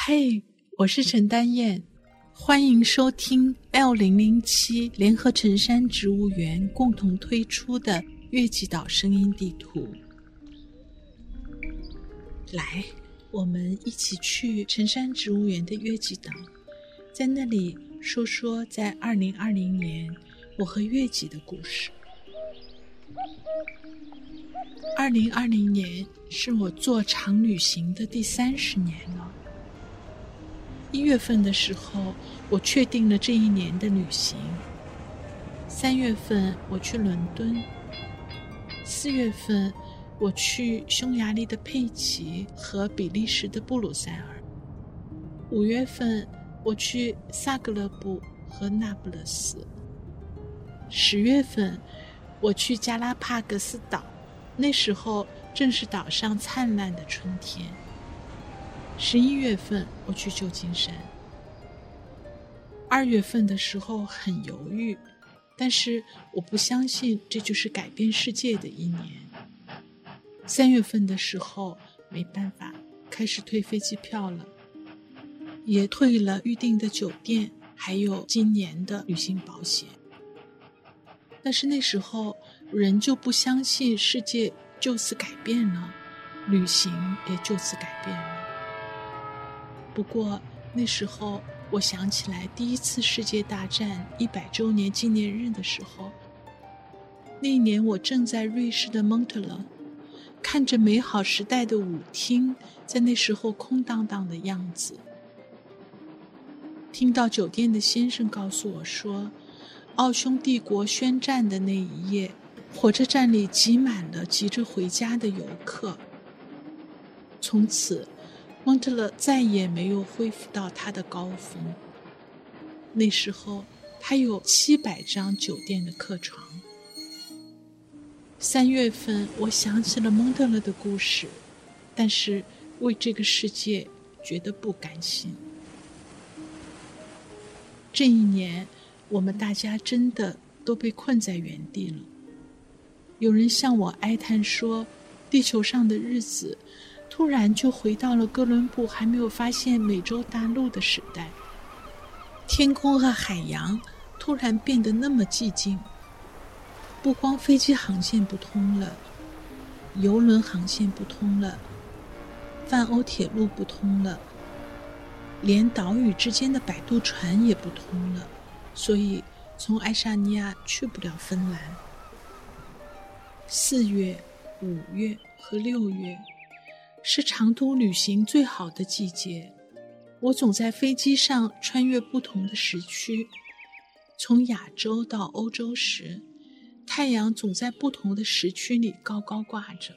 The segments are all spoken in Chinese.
嘿，我是陈丹燕，欢迎收听 L007 联合陈山植物园共同推出的月季岛声音地图。来，我们一起去陈山植物园的月季岛，在那里说说在2020年我和月季的故事。2020年是我做长旅行的第30年了。1月份的时候，我确定了这一年的旅行。3月份我去伦敦，4月份我去匈牙利的佩奇和比利时的布鲁塞尔，5月份我去萨格勒布和那不勒斯，10月份我去加拉帕戈斯岛，那时候正是岛上灿烂的春天。11月份我去旧金山。2月份的时候很犹豫，但是我不相信这就是改变世界的一年。3月份的时候没办法，开始退飞机票了，也退了预定的酒店，还有今年的旅行保险。但是那时候人就不相信世界就此改变了，旅行也就此改变了。不过那时候我想起来第一次世界大战100周年纪念日的时候，那一年我正在瑞士的蒙特勒，看着美好时代的舞厅在那时候空荡荡的样子。听到酒店的先生告诉我说，奥匈帝国宣战的那一夜，火车站里挤满了急着回家的游客。从此蒙特勒再也没有恢复到它的高峰。那时候它有700张酒店的客床。3月份我想起了蒙特勒的故事，但是为这个世界觉得不甘心。这一年我们大家真的都被困在原地了。有人向我哀叹说，地球上的日子突然就回到了哥伦布还没有发现美洲大陆的时代，天空和海洋突然变得那么寂静，不光飞机航线不通了，邮轮航线不通了，泛欧铁路不通了，连岛屿之间的摆渡船也不通了，所以从爱沙尼亚去不了芬兰。4月、5月和6月是长途旅行最好的季节，我总在飞机上穿越不同的时区，从亚洲到欧洲时，太阳总在不同的时区里高高挂着。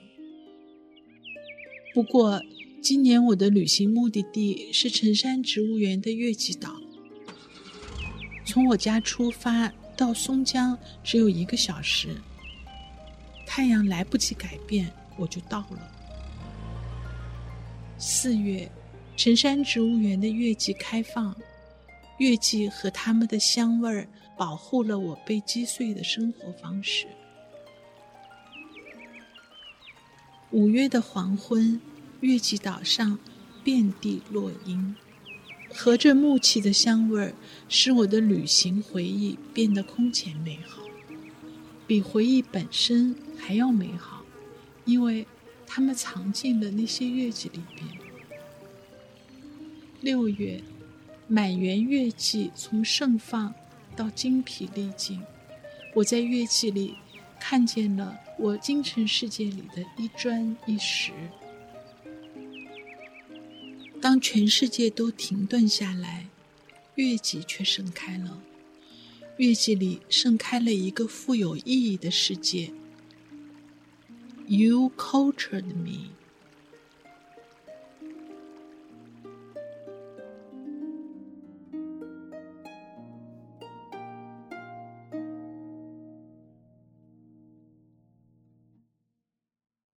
不过今年我的旅行目的地是陈山植物园的月季岛，从我家出发到松江只有1个小时，太阳来不及改变我就到了。4月，陈山植物园的月季开放，月季和它们的香味保护了我被击碎的生活方式。5月的黄昏，月季岛上遍地落樱，和着木器的香味使我的旅行回忆变得空前美好，比回忆本身还要美好，因为它们藏进了那些月季里边。6月，满园月季从盛放到精疲力尽，我在月季里看见了我精神世界里的一砖一石。当全世界都停顿下来，月季却盛开了。月季里盛开了一个富有意义的世界。You cultured me.